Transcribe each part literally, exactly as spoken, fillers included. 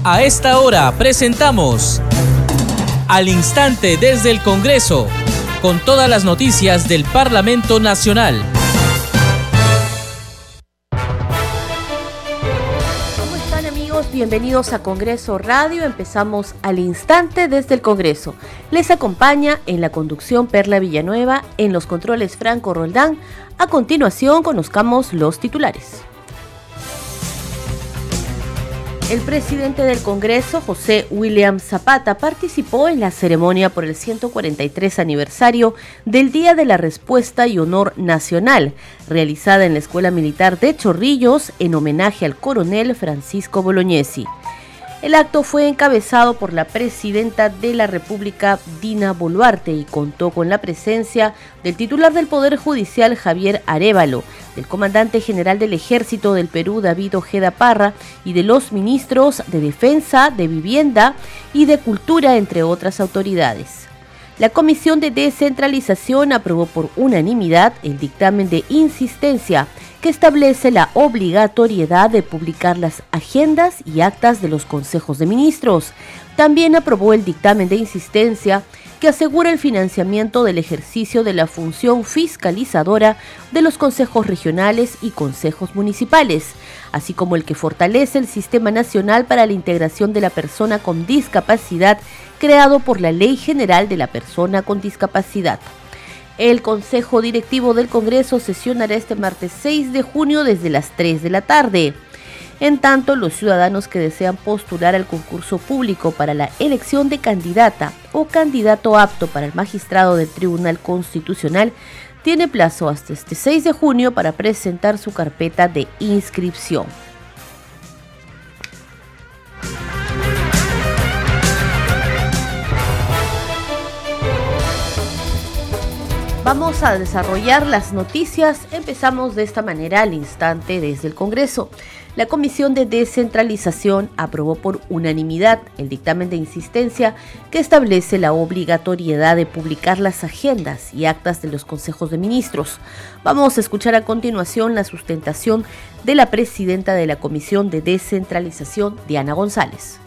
A esta hora presentamos Al Instante desde el Congreso, con todas las noticias del Parlamento Nacional. ¿Cómo están, amigos? Bienvenidos a Congreso Radio. Empezamos Al Instante desde el Congreso. Les acompaña en la conducción Perla Villanueva, en los controles Franco Roldán. A continuación conozcamos los titulares. El presidente del Congreso, José William Zapata, participó en la ceremonia por el ciento cuarenta y tres aniversario del Día de la Respuesta y Honor Nacional, realizada en la Escuela Militar de Chorrillos en homenaje al coronel Francisco Bolognesi. El acto fue encabezado por la presidenta de la República, Dina Boluarte, y contó con la presencia del titular del Poder Judicial, Javier Arévalo, del comandante general del Ejército del Perú, David Ojeda Parra, y de los ministros de Defensa, de Vivienda y de Cultura, entre otras autoridades. La Comisión de Descentralización aprobó por unanimidad el dictamen de insistencia que establece la obligatoriedad de publicar las agendas y actas de los consejos de ministros. También aprobó el dictamen de insistencia que asegura el financiamiento del ejercicio de la función fiscalizadora de los consejos regionales y consejos municipales, así como el que fortalece el Sistema Nacional para la Integración de la Persona con Discapacidad, creado por la Ley General de la Persona con Discapacidad. El Consejo Directivo del Congreso sesionará este martes seis de junio desde las tres de la tarde. En tanto, los ciudadanos que desean postular al concurso público para la elección de candidata o candidato apto para el magistrado del Tribunal Constitucional tiene plazo hasta este seis de junio para presentar su carpeta de inscripción. Vamos a desarrollar las noticias. Empezamos de esta manera al instante desde el Congreso. La Comisión de Descentralización aprobó por unanimidad el dictamen de insistencia que establece la obligatoriedad de publicar las agendas y actas de los consejos de ministros. Vamos a escuchar a continuación la sustentación de la presidenta de la Comisión de Descentralización, Diana González.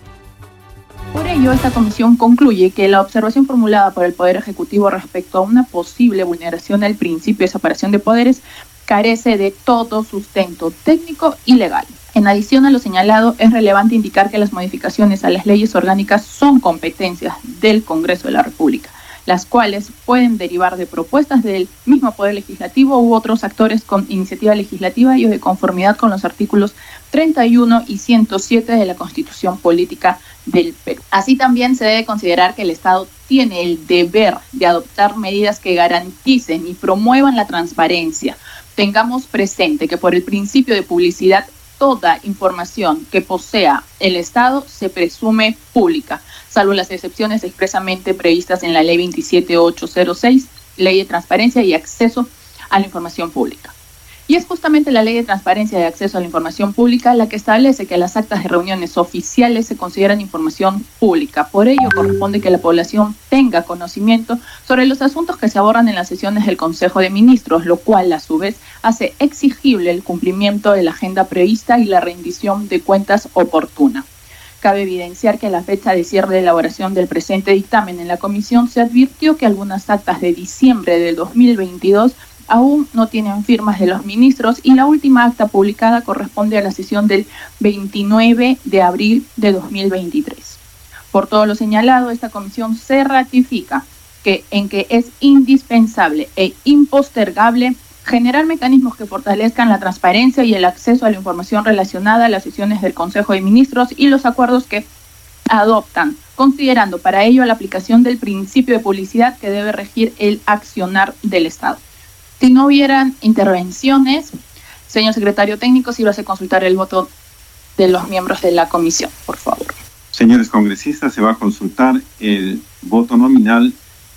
Por ello, esta comisión concluye que la observación formulada por el Poder Ejecutivo respecto a una posible vulneración del principio de separación de poderes carece de todo sustento técnico y legal. En adición a lo señalado, es relevante indicar que las modificaciones a las leyes orgánicas son competencias del Congreso de la República, las cuales pueden derivar de propuestas del mismo Poder Legislativo u otros actores con iniciativa legislativa y de conformidad con los artículos treinta y uno y ciento siete de la Constitución Política del Perú. Así también se debe considerar que el Estado tiene el deber de adoptar medidas que garanticen y promuevan la transparencia. Tengamos presente que por el principio de publicidad, toda información que posea el Estado se presume pública, salvo las excepciones expresamente previstas en la Ley veintisiete mil ochocientos seis, Ley de Transparencia y Acceso a la Información Pública. Y es justamente la Ley de Transparencia y Acceso a la Información Pública la que establece que las actas de reuniones oficiales se consideran información pública. Por ello, corresponde que la población tenga conocimiento sobre los asuntos que se abordan en las sesiones del Consejo de Ministros, lo cual, a su vez, hace exigible el cumplimiento de la agenda prevista y la rendición de cuentas oportuna. Cabe evidenciar que a la fecha de cierre de elaboración del presente dictamen en la comisión se advirtió que algunas actas de diciembre del dos mil veintidós aún no tienen firmas de los ministros y la última acta publicada corresponde a la sesión del veintinueve de abril de dos mil veintitrés. Por todo lo señalado, esta comisión se ratifica que en que es indispensable e impostergable generar mecanismos que fortalezcan la transparencia y el acceso a la información relacionada a las sesiones del Consejo de Ministros y los acuerdos que adoptan, considerando para ello la aplicación del principio de publicidad que debe regir el accionar del Estado. Si no hubieran intervenciones, señor secretario técnico, si lo hace consultar el voto de los miembros de la comisión, por favor. Señores congresistas, se va a consultar el voto nominal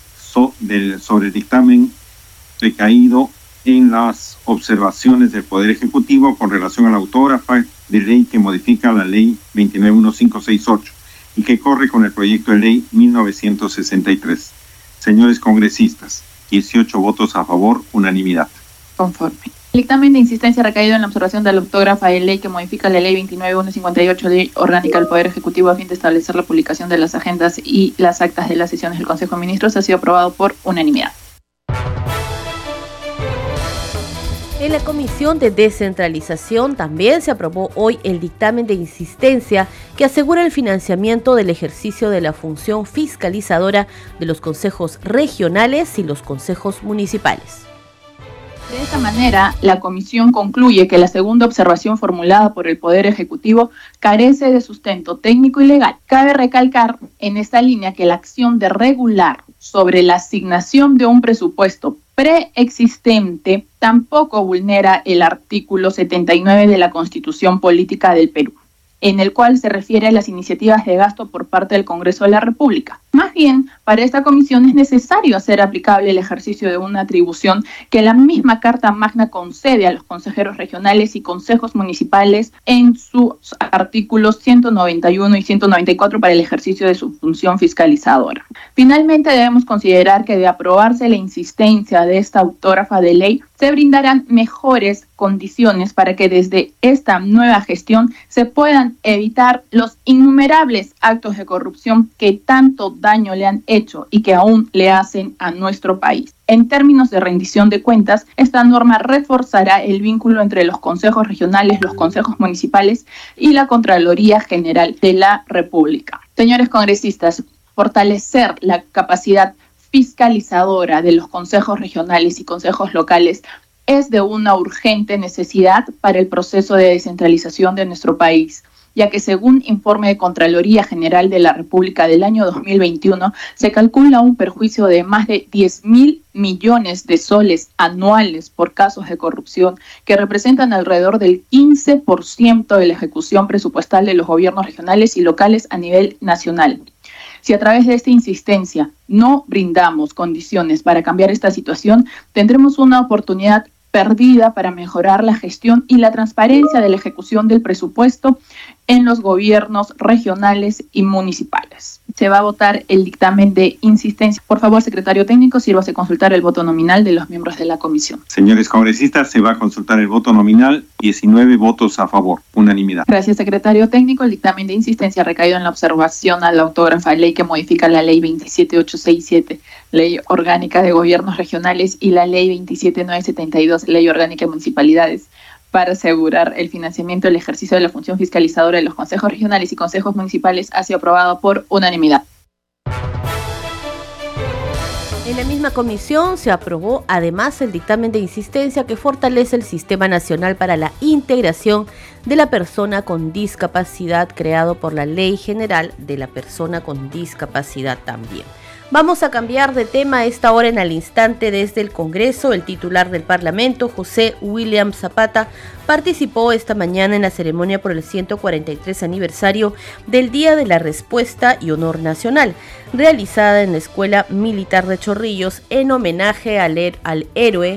so del, sobre el dictamen recaído en las observaciones del Poder Ejecutivo con relación a la autógrafa de ley que modifica la ley veintinueve mil quinientos sesenta y ocho y que corre con el proyecto de ley mil novecientos sesenta y tres. Señores congresistas, dieciocho votos a favor, unanimidad. Conforme. El dictamen de insistencia recaído en la observación de la autógrafa de ley que modifica la ley veintinueve mil ciento cincuenta y ocho, ley orgánica del Poder Ejecutivo a fin de establecer la publicación de las agendas y las actas de las sesiones del Consejo de Ministros ha sido aprobado por unanimidad. En la Comisión de Descentralización también se aprobó hoy el dictamen de insistencia que asegura el financiamiento del ejercicio de la función fiscalizadora de los consejos regionales y los consejos municipales. De esta manera, la Comisión concluye que la segunda observación formulada por el Poder Ejecutivo carece de sustento técnico y legal. Cabe recalcar en esta línea que la acción de regular sobre la asignación de un presupuesto preexistente tampoco vulnera el artículo setenta y nueve de la Constitución Política del Perú, en el cual se refiere a las iniciativas de gasto por parte del Congreso de la República. Más bien, para esta comisión es necesario hacer aplicable el ejercicio de una atribución que la misma Carta Magna concede a los consejeros regionales y consejos municipales en sus artículos ciento noventa y uno y ciento noventa y cuatro para el ejercicio de su función fiscalizadora. Finalmente, debemos considerar que de aprobarse la insistencia de esta autógrafa de ley, se brindarán mejores condiciones para que desde esta nueva gestión se puedan evitar los innumerables actos de corrupción que tanto daño le han hecho y que aún le hacen a nuestro país. En términos de rendición de cuentas, esta norma reforzará el vínculo entre los consejos regionales, los consejos municipales y la Contraloría General de la República. Señores congresistas, fortalecer la capacidad fiscalizadora de los consejos regionales y consejos locales es de una urgente necesidad para el proceso de descentralización de nuestro país, ya que según informe de Contraloría General de la República del año dos mil veintiuno, se calcula un perjuicio de más de diez mil millones de soles anuales por casos de corrupción, que representan alrededor del quince por ciento de la ejecución presupuestal de los gobiernos regionales y locales a nivel nacional. Si a través de esta insistencia no brindamos condiciones para cambiar esta situación, tendremos una oportunidad perdida para mejorar la gestión y la transparencia de la ejecución del presupuesto en los gobiernos regionales y municipales. Se va a votar el dictamen de insistencia. Por favor, secretario técnico, sírvase a consultar el voto nominal de los miembros de la comisión. Señores congresistas, se va a consultar el voto nominal, diecinueve votos a favor, unanimidad. Gracias, secretario técnico. El dictamen de insistencia recaído en la observación a la autógrafa de ley que modifica la ley veintisiete mil ochocientos sesenta y siete, ley orgánica de gobiernos regionales, y la ley veintisiete mil novecientos setenta y dos, ley orgánica de municipalidades, para asegurar el financiamiento del ejercicio de la función fiscalizadora de los consejos regionales y consejos municipales, ha sido aprobado por unanimidad. En la misma comisión se aprobó además el dictamen de insistencia que fortalece el Sistema Nacional para la Integración de la Persona con Discapacidad, creado por la Ley General de la Persona con Discapacidad también. Vamos a cambiar de tema a esta hora en al instante desde el Congreso. El titular del Parlamento, José William Zapata, participó esta mañana en la ceremonia por el ciento cuarenta y tres aniversario del Día de la Respuesta y Honor Nacional, realizada en la Escuela Militar de Chorrillos en homenaje al, her- al héroe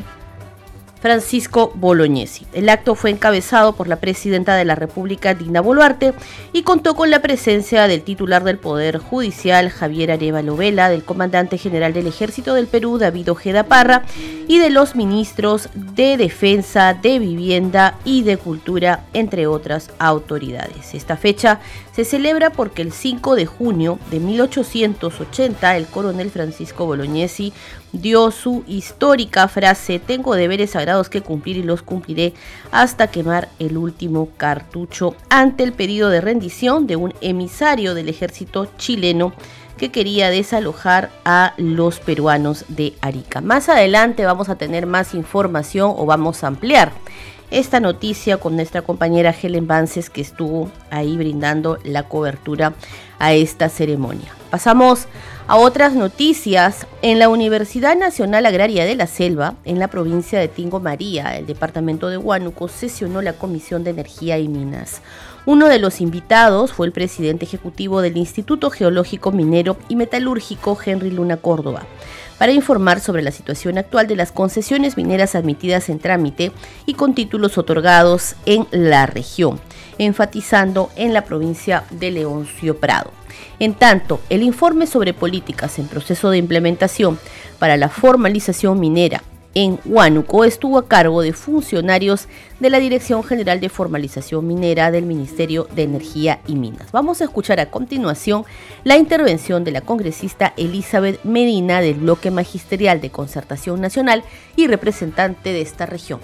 Francisco Bolognesi. El acto fue encabezado por la presidenta de la República, Dina Boluarte, y contó con la presencia del titular del Poder Judicial, Javier Arévalo Vela, del comandante general del Ejército del Perú, David Ojeda Parra, y de los ministros de Defensa, de Vivienda y de Cultura, entre otras autoridades. Esta fecha se celebra porque el cinco de junio de mil ochocientos ochenta, el coronel Francisco Bolognesi dio su histórica frase: tengo deberes sagrados que cumplir y los cumpliré hasta quemar el último cartucho, ante el pedido de rendición de un emisario del ejército chileno que quería desalojar a los peruanos de Arica. Más adelante vamos a tener más información, o vamos a ampliar esta noticia con nuestra compañera Helen Vances, que estuvo ahí brindando la cobertura a esta ceremonia. Pasamos a otras noticias. En la Universidad Nacional Agraria de la Selva, en la provincia de Tingo María, el departamento de Huánuco, sesionó la Comisión de Energía y Minas. Uno de los invitados fue el presidente ejecutivo del Instituto Geológico Minero y Metalúrgico, Henry Luna Córdoba, para informar sobre la situación actual de las concesiones mineras admitidas en trámite y con títulos otorgados en la región, enfatizando en la provincia de Leoncio Prado. En tanto, el informe sobre políticas en proceso de implementación para la formalización minera en Huánuco estuvo a cargo de funcionarios de la Dirección General de Formalización Minera del Ministerio de Energía y Minas. Vamos a escuchar a continuación la intervención de la congresista Elizabeth Medina del Bloque Magisterial de Concertación Nacional y representante de esta región.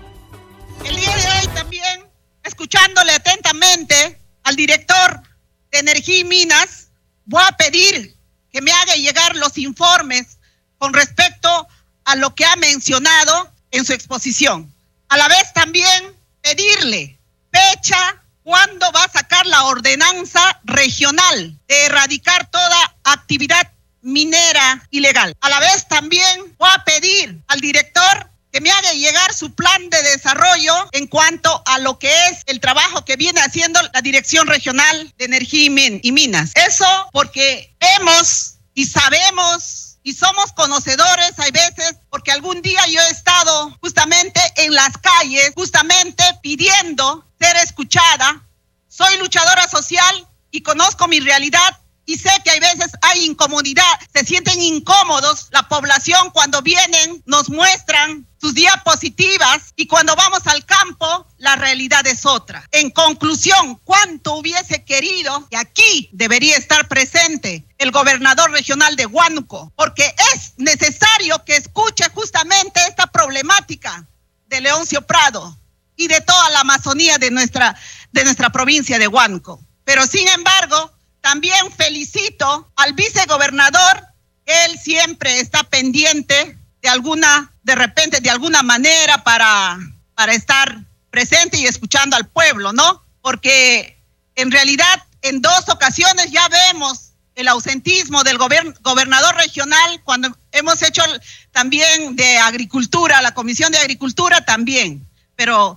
El día de hoy también, escuchándole atentamente al director de Energía y Minas, voy a pedir que me haga llegar los informes con respecto a lo que ha mencionado en su exposición. A la vez también pedirle fecha, cuándo va a sacar la ordenanza regional de erradicar toda actividad minera ilegal. A la vez también voy a pedir al director que me haga llegar su plan de desarrollo en cuanto a lo que es el trabajo que viene haciendo la Dirección Regional de Energía y Minas. Eso porque vemos y sabemos y somos conocedores, hay veces, porque algún día yo he estado justamente en las calles, justamente pidiendo ser escuchada. Soy luchadora social y conozco mi realidad. Y sé que hay veces hay incomodidad, se sienten incómodos la población cuando vienen, nos muestran sus diapositivas y cuando vamos al campo la realidad es otra. En conclusión, ¿cuánto hubiese querido que aquí debería estar presente el gobernador regional de Huánuco? Porque es necesario que escuche justamente esta problemática de Leoncio Prado y de toda la Amazonía de nuestra, de nuestra provincia de Huánuco. Pero sin embargo, también felicito al vicegobernador, él siempre está pendiente de alguna, de repente, de alguna manera para, para estar presente y escuchando al pueblo, ¿no? Porque en realidad en dos ocasiones ya vemos el ausentismo del gobern, gobernador regional cuando hemos hecho también de agricultura, la Comisión de Agricultura también. Pero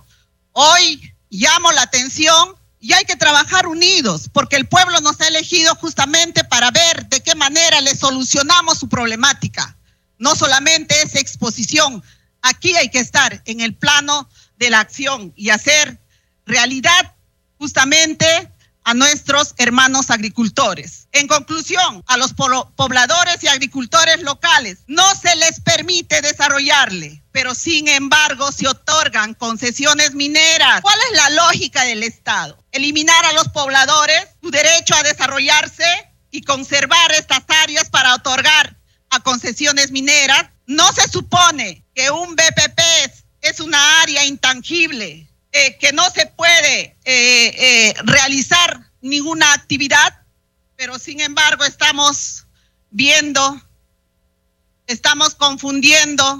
hoy llamo la atención. Y hay que trabajar unidos, porque el pueblo nos ha elegido justamente para ver de qué manera le solucionamos su problemática. No solamente es exposición, aquí hay que estar en el plano de la acción y hacer realidad justamente a nuestros hermanos agricultores. En conclusión, a los pobladores y agricultores locales no se les permite desarrollarle, pero sin embargo se otorgan concesiones mineras. ¿Cuál es la lógica del Estado? Eliminar a los pobladores su derecho a desarrollarse y conservar estas áreas para otorgar a concesiones mineras. No se supone que un B P P es una área intangible, eh, que no se puede eh, eh, realizar ninguna actividad, pero sin embargo estamos viendo, estamos confundiendo.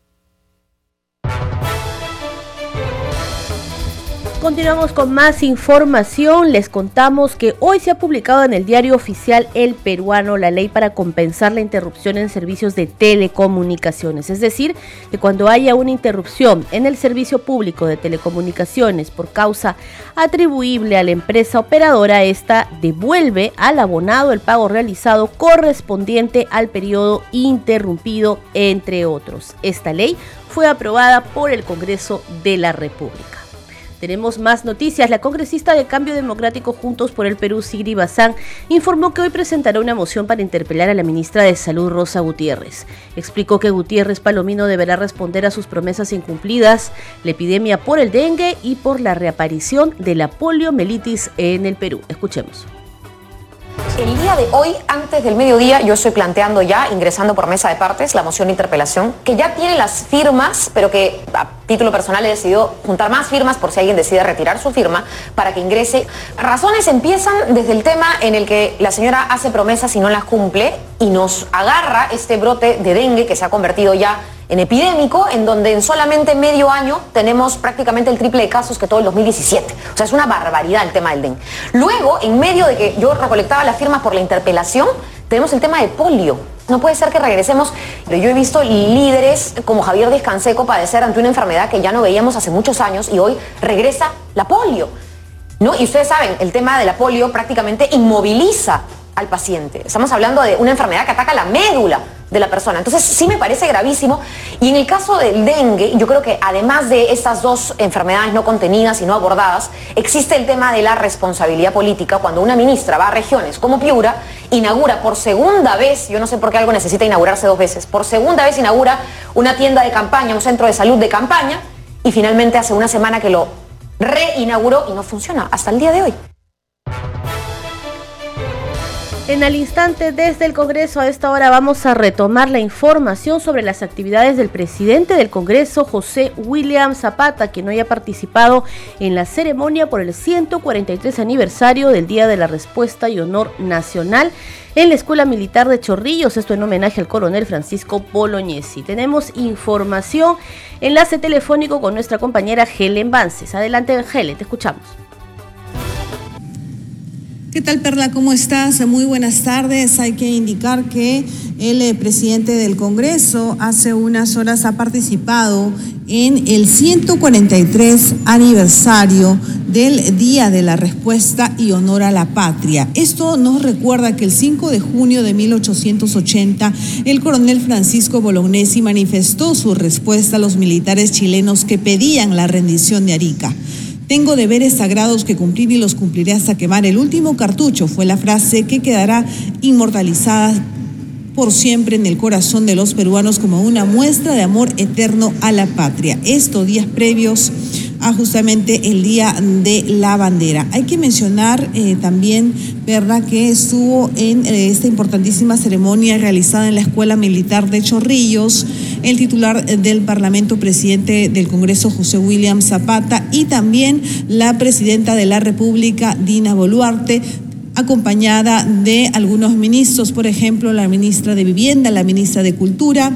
Continuamos con más información. Les contamos que hoy se ha publicado en el diario oficial El Peruano la ley para compensar la interrupción en servicios de telecomunicaciones. Es decir, que cuando haya una interrupción en el servicio público de telecomunicaciones por causa atribuible a la empresa operadora, esta devuelve al abonado el pago realizado correspondiente al periodo interrumpido, entre otros. Esta ley fue aprobada por el Congreso de la República. Tenemos más noticias. La congresista de Cambio Democrático Juntos por el Perú, Sigri Bazán, informó que hoy presentará una moción para interpelar a la ministra de Salud, Rosa Gutiérrez. Explicó que Gutiérrez Palomino deberá responder a sus promesas incumplidas, la epidemia por el dengue y por la reaparición de la poliomielitis en el Perú. Escuchemos. El día de hoy, antes del mediodía, yo estoy planteando ya, ingresando por mesa de partes, la moción de interpelación, que ya tiene las firmas, pero que a título personal he decidido juntar más firmas por si alguien decide retirar su firma, para que ingrese. Razones empiezan desde el tema en el que la señora hace promesas y no las cumple, y nos agarra este brote de dengue que se ha convertido ya en epidémico, en donde en solamente medio año tenemos prácticamente el triple de casos que todo el dos mil diecisiete. O sea, es una barbaridad el tema del dengue. Luego, en medio de que yo recolectaba las firmas por la interpelación, tenemos el tema de polio. No puede ser que regresemos. Yo he visto líderes como Javier Díaz Canseco padecer ante una enfermedad que ya no veíamos hace muchos años y hoy regresa la polio, ¿no? Y ustedes saben, el tema de la polio prácticamente inmoviliza al paciente. Estamos hablando de una enfermedad que ataca la médula de la persona. Entonces sí me parece gravísimo. Y en el caso del dengue, yo creo que además de estas dos enfermedades no contenidas y no abordadas, existe el tema de la responsabilidad política. Cuando una ministra va a regiones como Piura, inaugura por segunda vez, yo no sé por qué algo necesita inaugurarse dos veces, por segunda vez inaugura una tienda de campaña, un centro de salud de campaña, y finalmente hace una semana que lo reinauguró y no funciona hasta el día de hoy. En el instante desde el Congreso, a esta hora vamos a retomar la información sobre las actividades del presidente del Congreso, José William Zapata, quien hoy ha participado en la ceremonia por el ciento cuarenta y tres aniversario del Día de la Respuesta y Honor Nacional en la Escuela Militar de Chorrillos, esto en homenaje al coronel Francisco Bolognesi. Tenemos información, enlace telefónico con nuestra compañera Helen Vances. Adelante, Helen, te escuchamos. ¿Qué tal, Perla? ¿Cómo estás? Muy buenas tardes. Hay que indicar que el eh, presidente del Congreso hace unas horas ha participado en el ciento cuarenta y tres aniversario del Día de la Respuesta y Honor a la Patria. Esto nos recuerda que el cinco de junio de mil ochocientos ochenta, el coronel Francisco Bolognesi manifestó su respuesta a los militares chilenos que pedían la rendición de Arica. Tengo deberes sagrados que cumplir y los cumpliré hasta quemar el último cartucho, fue la frase que quedará inmortalizada por siempre en el corazón de los peruanos como una muestra de amor eterno a la patria. Esto días previos a justamente el Día de la Bandera. Hay que mencionar eh, también, ¿verdad?, que estuvo en eh, esta importantísima ceremonia realizada en la Escuela Militar de Chorrillos el titular del Parlamento, presidente del Congreso, José William Zapata, y también la presidenta de la República, Dina Boluarte, acompañada de algunos ministros, por ejemplo, la ministra de Vivienda, la ministra de Cultura,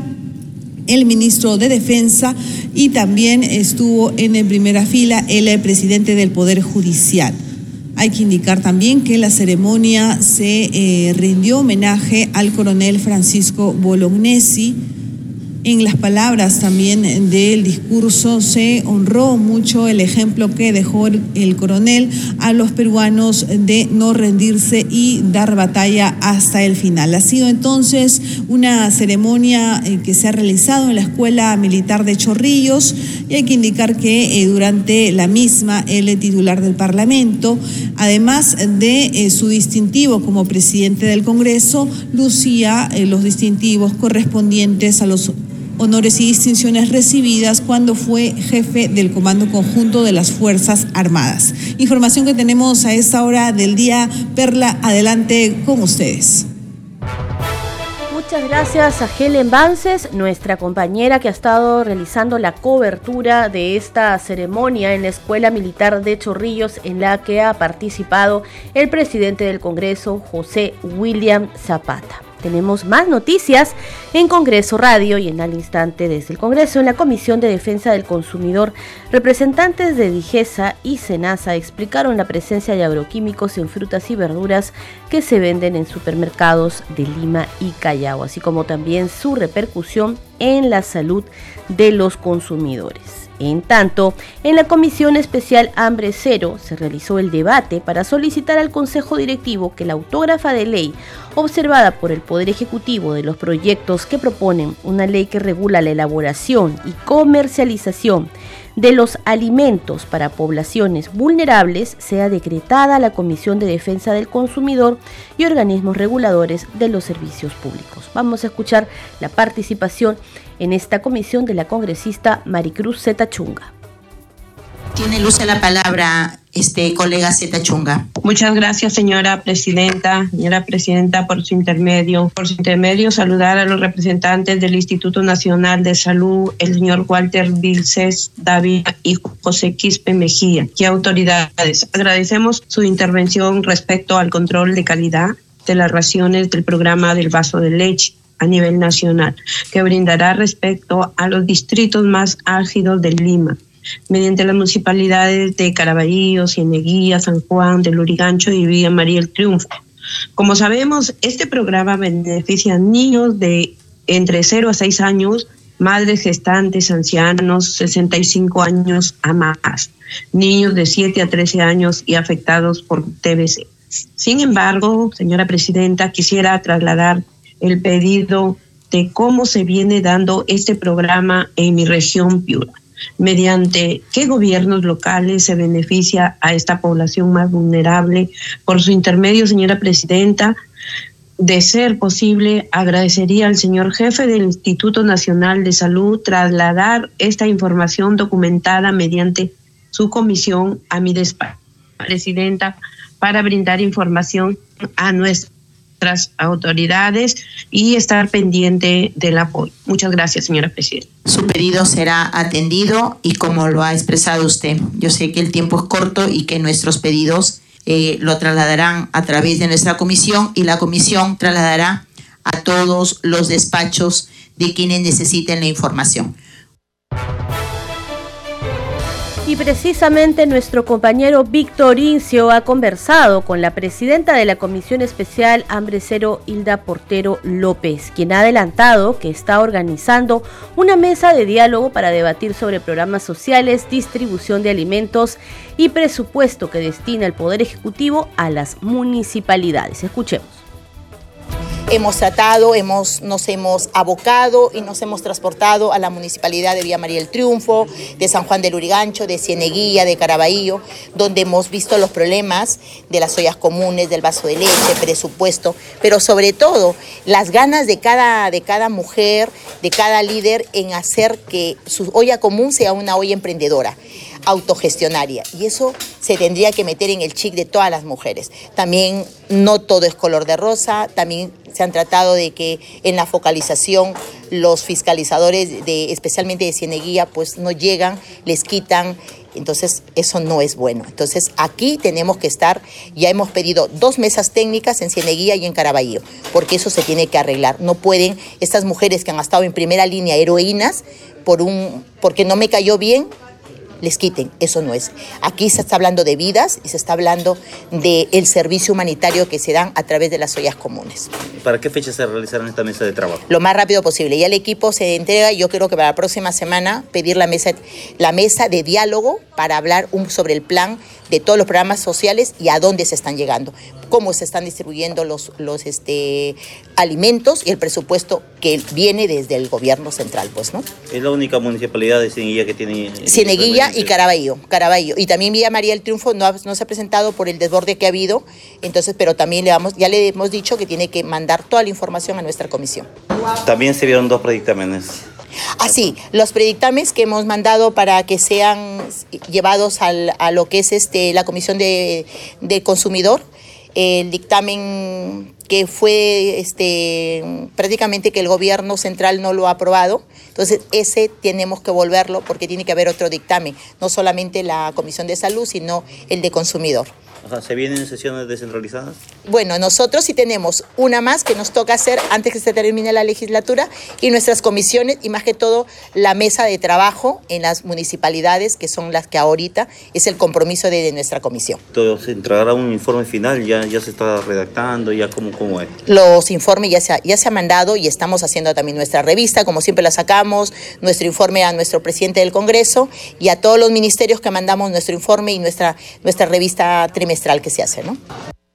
el ministro de Defensa, y también estuvo en primera fila el presidente del Poder Judicial. Hay que indicar también que la ceremonia se eh, rindió homenaje al coronel Francisco Bolognesi. En las palabras también del discurso se honró mucho el ejemplo que dejó el, el coronel a los peruanos de no rendirse y dar batalla hasta el final. Ha sido entonces una ceremonia eh, que se ha realizado en la Escuela Militar de Chorrillos, y hay que indicar que eh, durante la misma el titular del Parlamento, además de eh, su distintivo como presidente del Congreso, lucía eh, los distintivos correspondientes a los honores y distinciones recibidas cuando fue jefe del Comando Conjunto de las Fuerzas Armadas. Información que tenemos a esta hora del día. Perla, adelante con ustedes. Muchas gracias a Helen Vances, nuestra compañera que ha estado realizando la cobertura de esta ceremonia en la Escuela Militar de Chorrillos, en la que ha participado el presidente del Congreso, José William Zapata. Tenemos más noticias en Congreso Radio y en Al Instante desde el Congreso. En la Comisión de Defensa del Consumidor, representantes de Digesa y Senasa explicaron la presencia de agroquímicos en frutas y verduras que se venden en supermercados de Lima y Callao, así como también su repercusión en la salud de los consumidores. En tanto, en la Comisión Especial Hambre Cero se realizó el debate para solicitar al Consejo Directivo que la autógrafa de ley observada por el Poder Ejecutivo de los proyectos que proponen una ley que regula la elaboración y comercialización de los alimentos para poblaciones vulnerables sea decretada a la Comisión de Defensa del Consumidor y organismos reguladores de los servicios públicos. Vamos a escuchar la participación en esta comisión de la congresista Maricruz Zeta Chunga. Tiene luz a la palabra, este colega Zeta Chunga. Muchas gracias, señora presidenta. Señora presidenta, por su intermedio, por su intermedio saludar a los representantes del Instituto Nacional de Salud, el señor Walter Vilces Dávila y José Quispe Mejía, y autoridades. Agradecemos su intervención respecto al control de calidad de las raciones del programa del vaso de leche a nivel nacional, que brindará respecto a los distritos más álgidos de Lima, mediante las municipalidades de Caraballo, Cieneguilla, San Juan, de Lurigancho y Villa María el Triunfo. Como sabemos, este programa beneficia a niños de entre cero a seis años, madres gestantes, ancianos, sesenta y cinco años a más, niños de siete a trece años y afectados por T B C. Sin embargo, señora presidenta, quisiera trasladar el pedido de cómo se viene dando este programa en mi región Piura. Mediante qué gobiernos locales se beneficia a esta población más vulnerable. Por su intermedio, señora presidenta, de ser posible, agradecería al señor jefe del Instituto Nacional de Salud trasladar esta información documentada mediante su comisión a mi despacho, presidenta, para brindar información a nuestras autoridades y estar pendiente del apoyo. Muchas gracias, señora presidenta. Su pedido será atendido y como lo ha expresado usted, yo sé que el tiempo es corto y que nuestros pedidos eh, lo trasladarán a través de nuestra comisión y la comisión trasladará a todos los despachos de quienes necesiten la información. Y precisamente nuestro compañero Víctor Incio ha conversado con la presidenta de la Comisión Especial Hambre Cero, Hilda Portero López, quien ha adelantado que está organizando una mesa de diálogo para debatir sobre programas sociales, distribución de alimentos y presupuesto que destina el Poder Ejecutivo a las municipalidades. Escuchemos. Hemos tratado, hemos, nos hemos abocado y nos hemos transportado a la municipalidad de Villa María del Triunfo, de San Juan del Lurigancho, de Cieneguilla, de Caraballo, donde hemos visto los problemas de las ollas comunes, del vaso de leche, presupuesto, pero sobre todo las ganas de cada, de cada mujer, de cada líder en hacer que su olla común sea una olla emprendedora, autogestionaria, y eso se tendría que meter en el chip de todas las mujeres. También no todo es color de rosa, también se han tratado de que en la focalización los fiscalizadores, de, especialmente de Cieneguilla, pues no llegan, les quitan, entonces eso no es bueno. Entonces aquí tenemos que estar, ya hemos pedido dos mesas técnicas en Cieneguilla y en Caraballo, porque eso se tiene que arreglar. No pueden estas mujeres que han estado en primera línea, heroínas, por un, porque no me cayó bien, les quiten, eso no es. Aquí se está hablando de vidas y se está hablando del servicio humanitario que se dan a través de las ollas comunes. ¿Para qué fecha se realizará esta mesa de trabajo? Lo más rápido posible. Ya el equipo se entrega, yo creo que para la próxima semana pedir la mesa, la mesa de diálogo para hablar un, sobre el plan de todos los programas sociales y a dónde se están llegando, cómo se están distribuyendo los, los este, alimentos y el presupuesto que viene desde el gobierno central, pues, ¿no? Es la única municipalidad de Cieneguilla que tiene... Cieneguilla y Caraballo, Caraballo. Y también Villa María del Triunfo no, no se ha presentado por el desborde que ha habido, entonces, pero también le vamos, ya le hemos dicho que tiene que mandar toda la información a nuestra comisión. También se vieron dos predictámenes. Así, ah, los predictámenes que hemos mandado para que sean llevados al, a lo que es este la Comisión de, de Consumidor, el dictamen que fue este prácticamente que el gobierno central no lo ha aprobado, entonces ese tenemos que volverlo porque tiene que haber otro dictamen, no solamente la Comisión de Salud, sino el de Consumidor. O sea, ¿se vienen sesiones descentralizadas? Bueno, nosotros sí tenemos una más que nos toca hacer antes que se termine la legislatura y nuestras comisiones y más que todo la mesa de trabajo en las municipalidades que son las que ahorita es el compromiso de, de nuestra comisión. Entonces, ¿se entregará un informe final? ¿Ya, ya se está redactando? ¿Ya cómo, cómo es? Los informes ya se, ha, ya se ha mandado y estamos haciendo también nuestra revista, como siempre la sacamos, nuestro informe a nuestro presidente del Congreso y a todos los ministerios que mandamos nuestro informe y nuestra, nuestra revista trimestral que se hace, ¿no?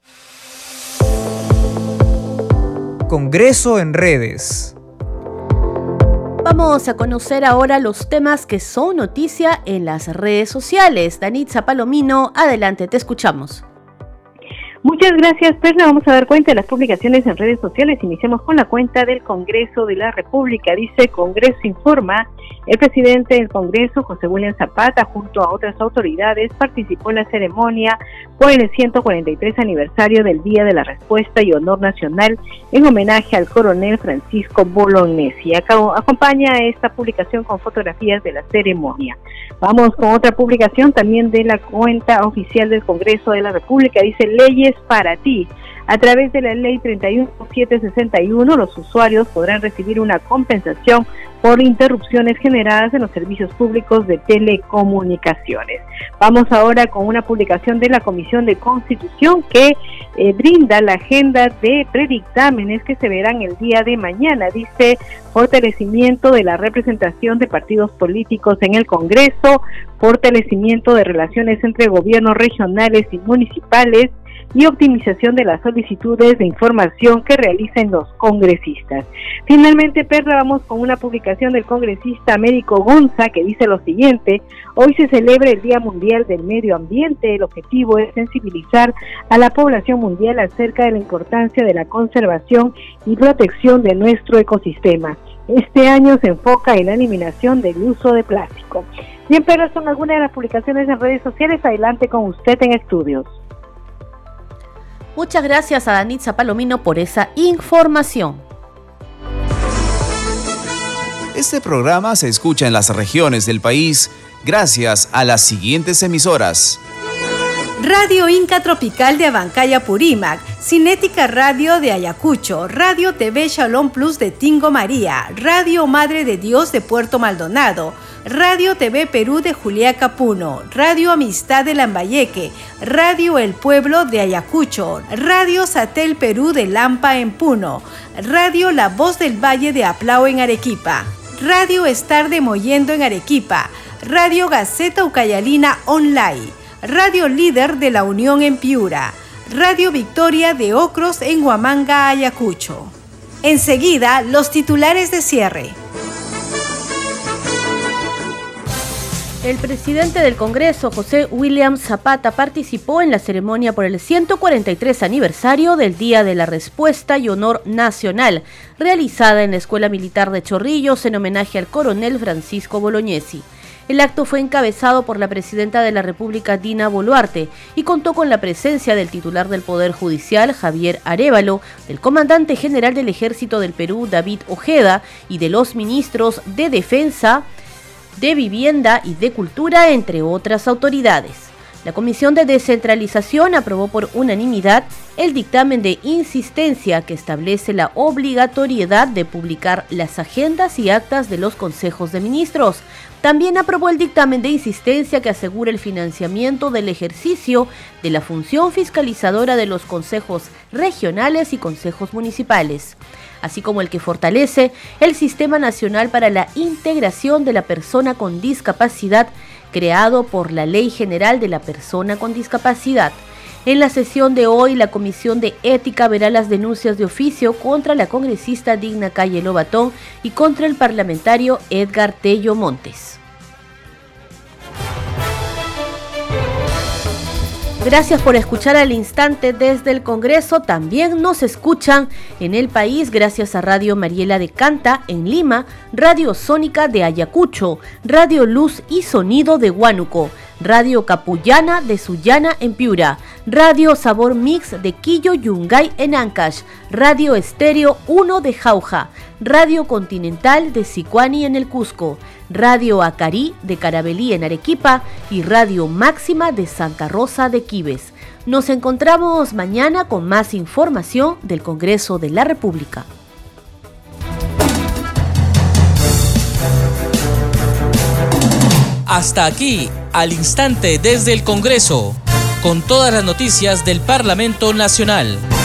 Congreso en redes. Vamos a conocer ahora los temas que son noticia en las redes sociales. Danitza Palomino, adelante, te escuchamos. Muchas gracias, Perla. Vamos a dar cuenta de las publicaciones en redes sociales. Iniciamos con la cuenta del Congreso de la República. Dice: Congreso informa. El presidente del Congreso, José William Zapata, junto a otras autoridades, participó en la ceremonia por el ciento cuarenta y tres aniversario del Día de la Respuesta y Honor Nacional en homenaje al coronel Francisco Bolognesi. Acá acompaña esta publicación con fotografías de la ceremonia. Vamos con otra publicación también de la cuenta oficial del Congreso de la República. Dice: leyes para ti. A través de la ley treinta y uno mil setecientos sesenta y uno, los usuarios podrán recibir una compensación por interrupciones generadas en los servicios públicos de telecomunicaciones. Vamos ahora con una publicación de la Comisión de Constitución que eh, brinda la agenda de predictámenes que se verán el día de mañana. Dice: fortalecimiento de la representación de partidos políticos en el Congreso, fortalecimiento de relaciones entre gobiernos regionales y municipales, y optimización de las solicitudes de información que realicen los congresistas. Finalmente, Perla, vamos con una publicación del congresista Américo Gonza que dice lo siguiente: hoy se celebra el Día Mundial del Medio Ambiente. El objetivo es sensibilizar a la población mundial acerca de la importancia de la conservación y protección de nuestro ecosistema. Este año se enfoca en la eliminación del uso de plástico. Bien, pero son algunas de las publicaciones en redes sociales. Adelante con usted en estudios. Muchas gracias a Danitza Palomino por esa información. Este programa se escucha en las regiones del país gracias a las siguientes emisoras: Radio Inca Tropical de Abancaya, Purímac, Cinética Radio de Ayacucho, Radio T V Shalom Plus de Tingo María, Radio Madre de Dios de Puerto Maldonado, Radio T V Perú de Juliaca, Puno, Radio Amistad de Lambayeque, Radio El Pueblo de Ayacucho, Radio Satel Perú de Lampa en Puno, Radio La Voz del Valle de Aplao en Arequipa, Radio Estar de Mollendo en Arequipa, Radio Gaceta Ucayalina Online, Radio Líder de La Unión en Piura, Radio Victoria de Ocros en Huamanga, Ayacucho. Enseguida, los titulares de cierre. El presidente del Congreso, José William Zapata, participó en la ceremonia por el ciento cuarenta y tres aniversario del Día de la Respuesta y Honor Nacional, realizada en la Escuela Militar de Chorrillos en homenaje al coronel Francisco Bolognesi. El acto fue encabezado por la presidenta de la República, Dina Boluarte, y contó con la presencia del titular del Poder Judicial, Javier Arévalo, del comandante general del Ejército del Perú, David Ojeda, y de los ministros de Defensa, de Vivienda y de Cultura, entre otras autoridades. La Comisión de Descentralización aprobó por unanimidad el dictamen de insistencia que establece la obligatoriedad de publicar las agendas y actas de los consejos de ministros. También aprobó el dictamen de insistencia que asegura el financiamiento del ejercicio de la función fiscalizadora de los consejos regionales y consejos municipales, así como el que fortalece el Sistema Nacional para la Integración de la Persona con Discapacidad, creado por la Ley General de la Persona con Discapacidad. En la sesión de hoy, la Comisión de Ética verá las denuncias de oficio contra la congresista Digna Calle Lobatón y contra el parlamentario Edgar Tello Montes. Gracias por escuchar Al Instante desde el Congreso. También nos escuchan en el país gracias a Radio Mariela de Canta en Lima, Radio Sónica de Ayacucho, Radio Luz y Sonido de Huánuco, Radio Capullana de Sullana en Piura, Radio Sabor Mix de Quillo Yungay en Ancash, Radio Estéreo uno de Jauja, Radio Continental de Sicuani en el Cusco, Radio Acarí de Carabelí en Arequipa y Radio Máxima de Santa Rosa de Quibes. Nos encontramos mañana con más información del Congreso de la República. Hasta aquí, Al Instante desde el Congreso, con todas las noticias del Parlamento Nacional.